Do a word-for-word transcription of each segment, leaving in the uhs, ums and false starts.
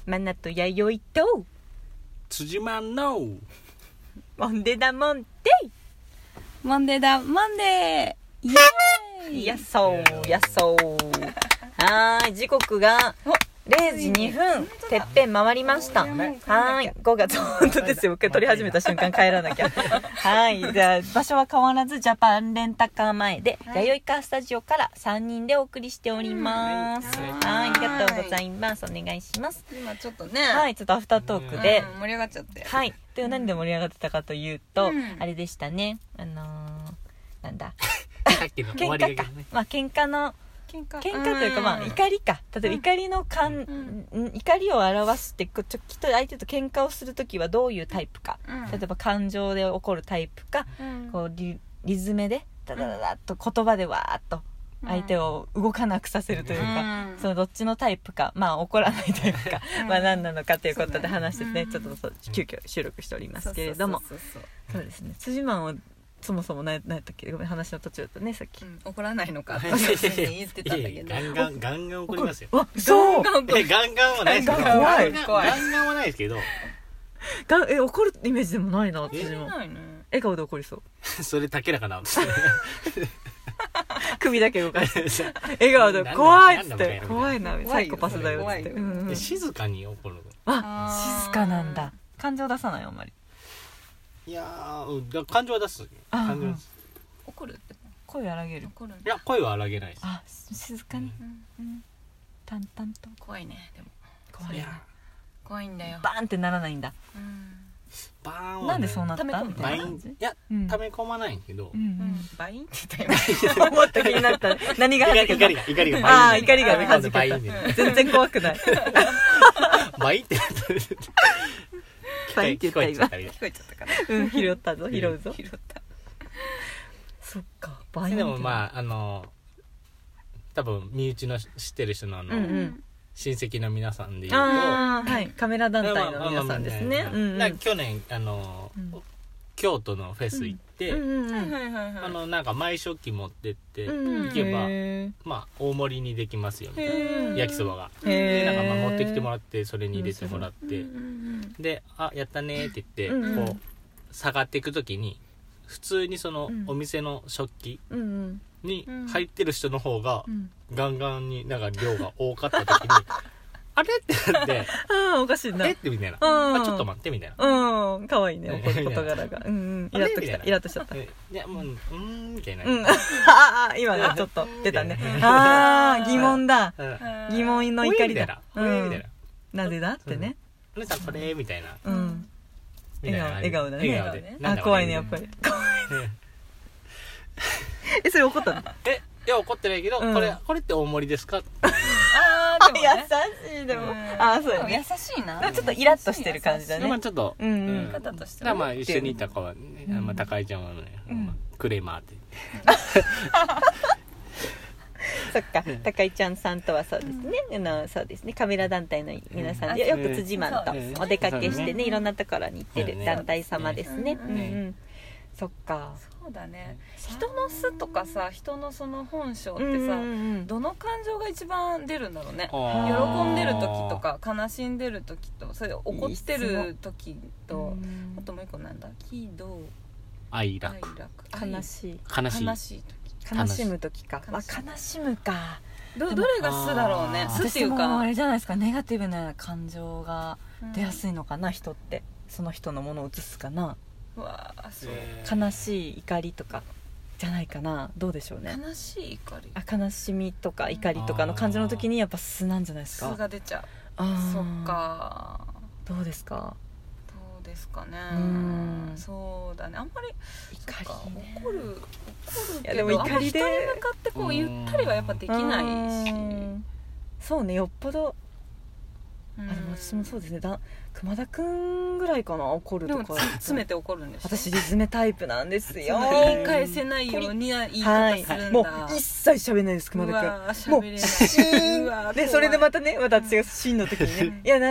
マナと弥生と辻間のモンデダモンデモンデーだモンデーイエーイやっそうやっそうはーい、時刻がれいじにふん、てっぺん回りました。はーい、ごがつ、本当ですよ、受け取り始めた瞬間帰らなきゃ。はい、じゃあ場所は変わらずジャパンレンタカー前で、はい、弥生カースタジオからさんにんでお送りしております。はい、ありがとうございます。お願いします。 今ちょっとね、 はい、ちょっとアフタートークで、 うん、盛り上がっちゃって。 はい、で何で盛り上がってたかというと、 うん、 あれでしたね、あのー、なんださっきの終喧わり嘩か、 ね、 まあ喧嘩の喧嘩喧嘩というか、まあ怒りか、例えば怒りのかん、うん、怒りを表してちょきっと相手と喧嘩をするときはどういうタイプか、うん、例えば感情で起こるタイプか、うん、こう リ, リズムでダダダダッと言葉でわーっと相手を動かなくさせるというか、うん、そのどっちのタイプか、まあ怒らないタイプか、うん、まあ何なのかということで話してね、ちょっとそう急遽収録しておりますけれども、そうですね、辻マンをそもそも何やったっけ、ごめん話の途中だったねさっき、うん、 怒らないのかって言ってたんだけどガンガンガンガン怒りますよ。 あ、そうガンガンガンガンはないですけど、 怖い怖いガンガンはないですけど、 ガンえ怒るイメージでもないな、私もないね、 笑顔で怒りそうそれだけだかな首だけ動かして笑顔で怖いっつって怖いなサイコパスだよっつって、うんうん、 静かに怒る。 あ、静かなんだ、感情出さないあんまり。いやー、感情は出す。感情は出す。 怒るって声荒げる。 怒る。いや、声は荒げないです。 あ、静かに、うんうん、淡々と。 怖いね、でも怖いな。 怖いんだよ。 バーンってならないんだ。 うん、 バーンは、ね、 なんでそうなったみたいな感じ。いや、うん、溜め込まないけど、 うんうん、 バインって言ったよ。もっと気になった。何が怒りが怒りがああ、怒りが弾けた。全然怖くない。 バインってなった。 バインって言った今。 聞こえちゃったかな。 うん、拾ったぞ、拾うぞ。 拾った。 そっか、バイン。 でもまああの多分身内の知ってる人のあの、うんうん、親戚の皆さんでいうと、 あ、はい、カメラ団体の皆さんですね。 去年あの、うん、京都のフェス行って、あのなんか前食器持ってって、うん、行けばまあ大盛りにできますよみたいな、焼きそばが。でなんかまあ持ってきてもらってそれに入れてもらって、であやったねって言って、うん、こう下がっていくときに普通にそのお店の食器に入ってる人の方がガンガンになんか量が多かったときに、あれってなって、 ああおかしいな、 えってみたいな、あちょっと待ってみたいな、 うん可愛いね、怒る事柄が、うんうんイラッときた、イラッとしちゃった。いやもううーんみたいな、 ああ今ねちょっと出たね、ああ疑問だ、疑問の怒りだ、なぜだってね、 お姉さんこれみたいな、 うん、笑顔笑顔だね、 笑顔で、 あ怖いねやっぱり、怖いね。えそれ怒ったの？ えいや怒ってないけど、これこれって大盛りですか？ ああでも優しい、でもあそう優しいな、 ちょっとイラッとしてる感じだね。 まあちょっと方としてはまあ一緒にいた子はまあ高井ちゃんはねクレーマーってそっか、高井ちゃんさんとはそうですね、うん、あのそうですね、カメラ団体の皆さんでよく辻マンとお出かけしてね、いろんなところに行ってる団体様ですね。うんうん、そっか、 そうだね。人の素とかさ、人のその本性ってさ、うんうんうん、どの感情が一番出るんだろうね。喜んでる時とか悲しんでる時と、それ怒ってる時と、あともう一個なんだ、喜怒哀楽、 悲しい悲しい悲しい時、 悲しむ時か、悲しむか、 ど, どれが素だろうね。素っていうか、 私もあれじゃないですか、ネガティブな感情が出やすいのかな、うん、人ってその人のものを映すかな。 うわそう、 悲しい怒りとかじゃないかな、どうでしょうね。 悲しい怒り、 あ悲しみとか怒りとかの感情の時にやっぱ素なんじゃないですか。 素が出ちゃう。 あそっか、 どうですか。 どうですかね。 うんそうだね、あんまり怒り、ね、 怒る怒るけど、 いやでも怒りで人に向かってこうゆったりはやっぱできないし、 そうね、よっぽど、あでも私もそうですね、だ熊田くんぐらいかな、怒るとか。でも詰めて怒るんですよ。 私リズムタイプなんですよ。 言い返せないようには言い方するんだ、 はい、もう一切喋れないです、熊田くん。 うわ喋れない。 もうでそれでまたね、また私がシーンの時にね、いやな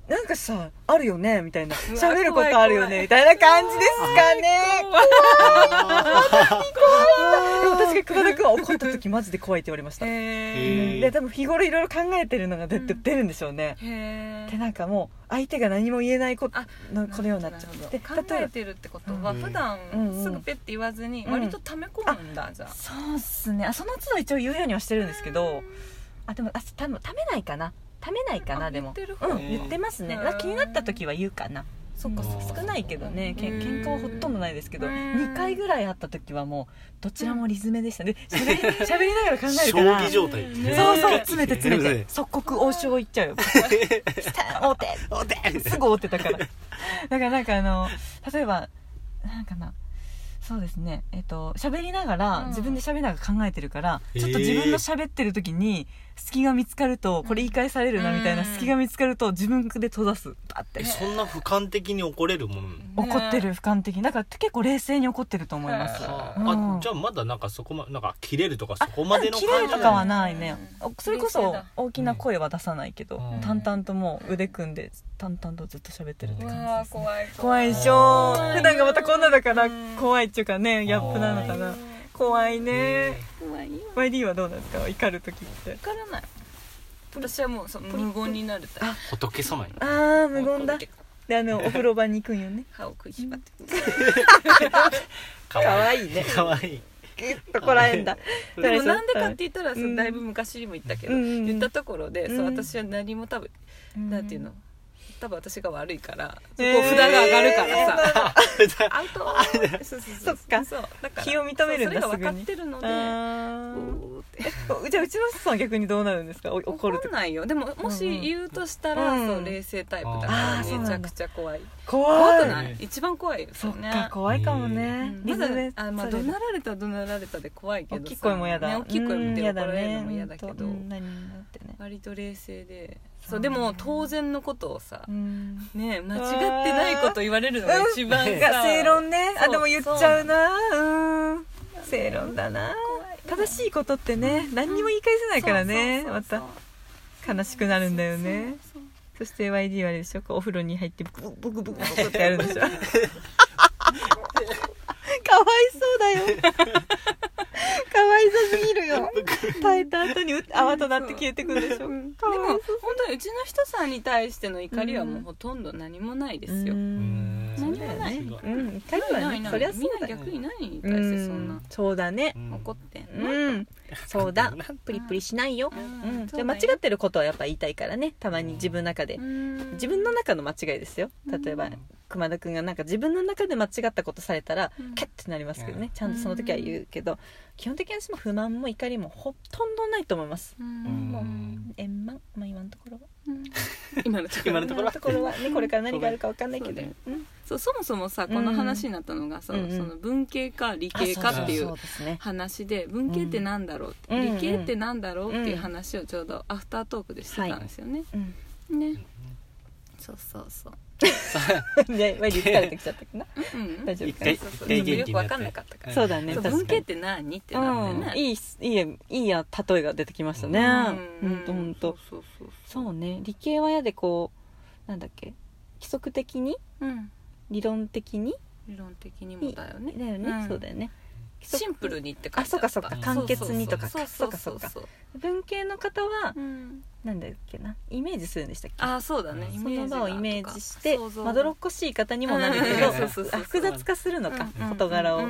なんかさあるよねみたいな、喋ることあるよねみたいな感じですかね。怖い怖いでも確かに熊田君は怒った時マジで怖いって言われました。へで多分日頃いろいろ考えてるのが出て、うん、出るんでしょうね。へでなんかもう相手が何も言えないことのこのようになっちゃう。で考えてるってことは普段すぐペッて言わずに割と溜め込むんだ、うん、じゃあそうっすね。あその都度一応言うようにはしてるんですけど、あでもあ多分溜めないかな溜めないかな。でも言ってる方、うん、言ってますね。気になった時は言うかな。そっか少ないけどね、けん喧嘩はほとんどないですけど、にかいぐらいあった時はもうどちらもリズムでしたね。喋り、喋りながら考えるから将棋状態、 ね、そうそう詰めて詰めて即刻王将いっちゃうよ王手王手すぐ王手だからだからなんかあの例えばなんかなそうですねえっと喋りながら、うん、自分で喋りながら考えてるから、ちょっと自分の喋ってる時に隙が見つかるとこれ言い返されるなみたいな隙が見つかると自分で閉ざすバッて。 そんな俯瞰的に怒れるもの、 怒ってる俯瞰的だから結構冷静に怒ってると思います。 あ、うん、あじゃあまだなんかそこまなんか切れるとかそこまでの感じ切れるとかはないね、うん、それこそ大きな声は出さないけど、うん、淡々ともう腕組んで淡々とずっと喋ってるって感じです、ね、 怖い怖いでしょ。普段がまたこんなだから怖いっていうかねギャップなのかな。怖いね。怖いよ。ワイディー はどうなんですか怒る時って。 怒らない。私はもうその無言になるタイプ。仏様に。 ああ無言だ。であのお風呂場に行くんよね。 歯を食いしばって。 かわいいね。 かわいい。 ギュッとこらえんだ。 でもなんでかって言ったら、うん、だいぶ昔にも言ったけど、うん、言ったところで、うん、そう私は何も多分、うん、なんていうの。多分私が悪いからそこ札が上がるからさ、えー、アウトそうそうそうそっかそうだから気を認めるんだすぐにそれが分かってるのでじゃあうちの人は逆にどうなるんですか怒ると怒んないよ。でももし言うとしたら、うんうん、そう冷静タイプだからめちゃくちゃ怖い怖くない一番怖いですよね。 そっか怖いかもね、 うん、まだあ、まあ、怒鳴られた怒鳴られたで怖いけどさ大きい声も嫌だ、 ね、大きい声も出て怒られるのも嫌だけど、 うん、何になってね割と冷静でそうでも当然のことをさ、うん、ね間違ってないこと言われるのが一番さ、うん、 正論ね。あでも言っちゃうなうん正論だな。正しいことってね、うん、何にも言い返せないからね、また悲しくなるんだよね。そうそうそうそして ワイディー はあれでしょお風呂に入ってブクブクブクブクってやるんでしょかわいそうだよかわいそうすぎるよ耐えた後に泡となって消えてくるでしょ、うん、 でも本当にうちの人さんに対しての怒りはもうほとんど何もないですよ。うん何もない、 うん、怒りはねそりゃそうだよ。 みんな逆に何に対してそんな、うん、 そうだね、 うん、怒ってんの、 うん、そうだプリプリしないよ、うんうん、じゃ間違ってることはやっぱ言いたいからねたまに自分の中で、うん、自分の中の間違いですよ。例えば、うん熊田くんがなんか自分の中で間違ったことされたら、うん、キャッてなりますけどね、うん、ちゃんとその時は言うけど、うん、基本的に私も不満も怒りもほとんどないと思います、うん、もう円満、まあ、今のところは、うん、 今のところは今のところはねこれから何があるか分かんないけど、ねうん、そうそもそもさこの話になったのが、うん、そ, その文系か理系かっていう話で文系ってなんだろうって、うん、理系ってなんだろうっていう話をちょうどアフタートークでしてたんですよね、はいうん、ねそうそうそうね、ワイディ疲れてきちゃったかな、うん、大丈夫かな。 そうそうよく分かんなかったから、 そうだね。 文系って何ってなってね、 うん、いいいいいいや例えが出てきましたね。うん、ほんとそうそうそうそうね。理系はやでこうなんだっけ規則的に、うん、理論的に理論的にもだよね。 だよね、うん、そうだよね。 シンプルにって書いてあった。 あ、そうかそうか簡潔にとかそうかそうか。文系の方は、うん、なんだっけなイメージするんでしたっけ。 あ、そうだね。 その場をイメージしてまどろっこしい方にもなるけど、複雑化するのか、うん、事柄を、うん、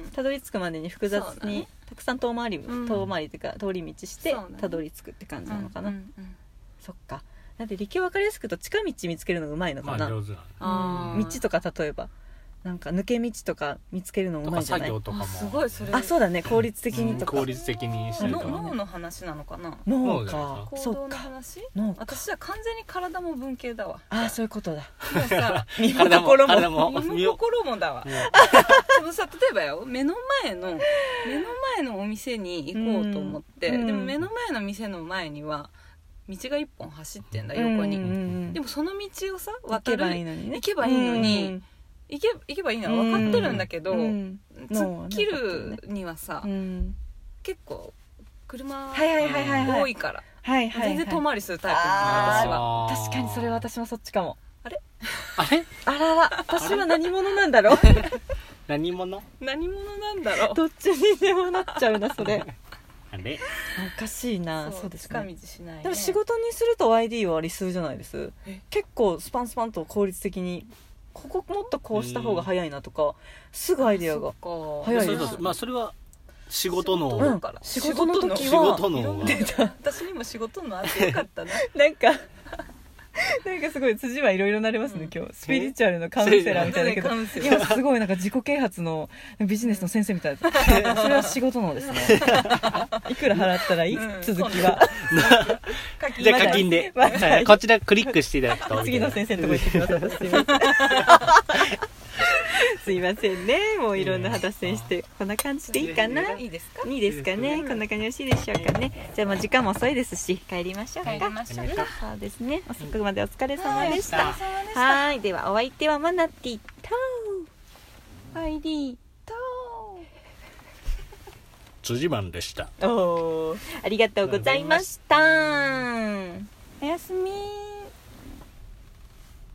たどり着くまでに複雑に、ね、たくさん遠回り、うん、遠回りというか通り道してたどり着くって感じなのかな。うんうんうん、そっか。だって理系分かりやすくと近道見つけるのがうまいのかな。まあ、上手なあ道とか例えば。なんか抜け道とか見つけるのうまいじゃない。 作業とかもすごいそれ。 あ、そうだね効率的にとか、 うん、効率的にしてるとか、ね、 脳の話なのかな。 脳か行動の話。私は完全に体も文系だわ。 あ、そういうことだ。 もうさ身も心も身も心もだわ。でもさ例えばよ目の前の目の前のお店に行こうと思って、うん、でも目の前の店の前には道が一本走ってんだ横に、うんうんうん、でもその道をさ渡る行けばいいのに、ね、行けばいいのに、うん行け、行けばいいのは分かってるんだけど、うん、突っ切るにはさ、うん、結構車多いから、 はいはい、はい、 全然遠回りするタイプなの私は。 確かにそれは私もそっちかも。 あれあれあらら、私は何者なんだろう何者何者なんだろう。 どっちにでもなっちゃうなそれあれおかしいな。 そう、 そうです近ね。 道しないね。 でも仕事にすると ワイディー は理数じゃないです。結構スパンスパンと効率的にここもっとこうした方が早いなとか、すぐアイデアが早いです。 そうそうそう、まあそれは仕事の、 うん、仕事の時は仕事の私にも仕事のあってよかったななんかなんかすごい辻はいろいろなれますね、うん、今日スピリチュアルのカウンセラーみたいだけど、今すごいなんか自己啓発のビジネスの先生みたいなそれは仕事のですねいくら払ったらいい、うん、続きはじゃあ課金で、まはい、こちらクリックしていただくと次の先生のとこ行ってくださいすいませんすいませんね、もういろんな話して、こんな感じでいいかな。 いいですか、 いいですかね、こんな感じでよろしいでしょうかね。じゃあもう時間も遅いですし帰りましょうか。 帰りましょうか。 そうですね、遅くまでお疲れ様でした。 はい、ではお相手はマナティとアイディと辻マンでした。 おー、ありがとうございました。 おやすみ。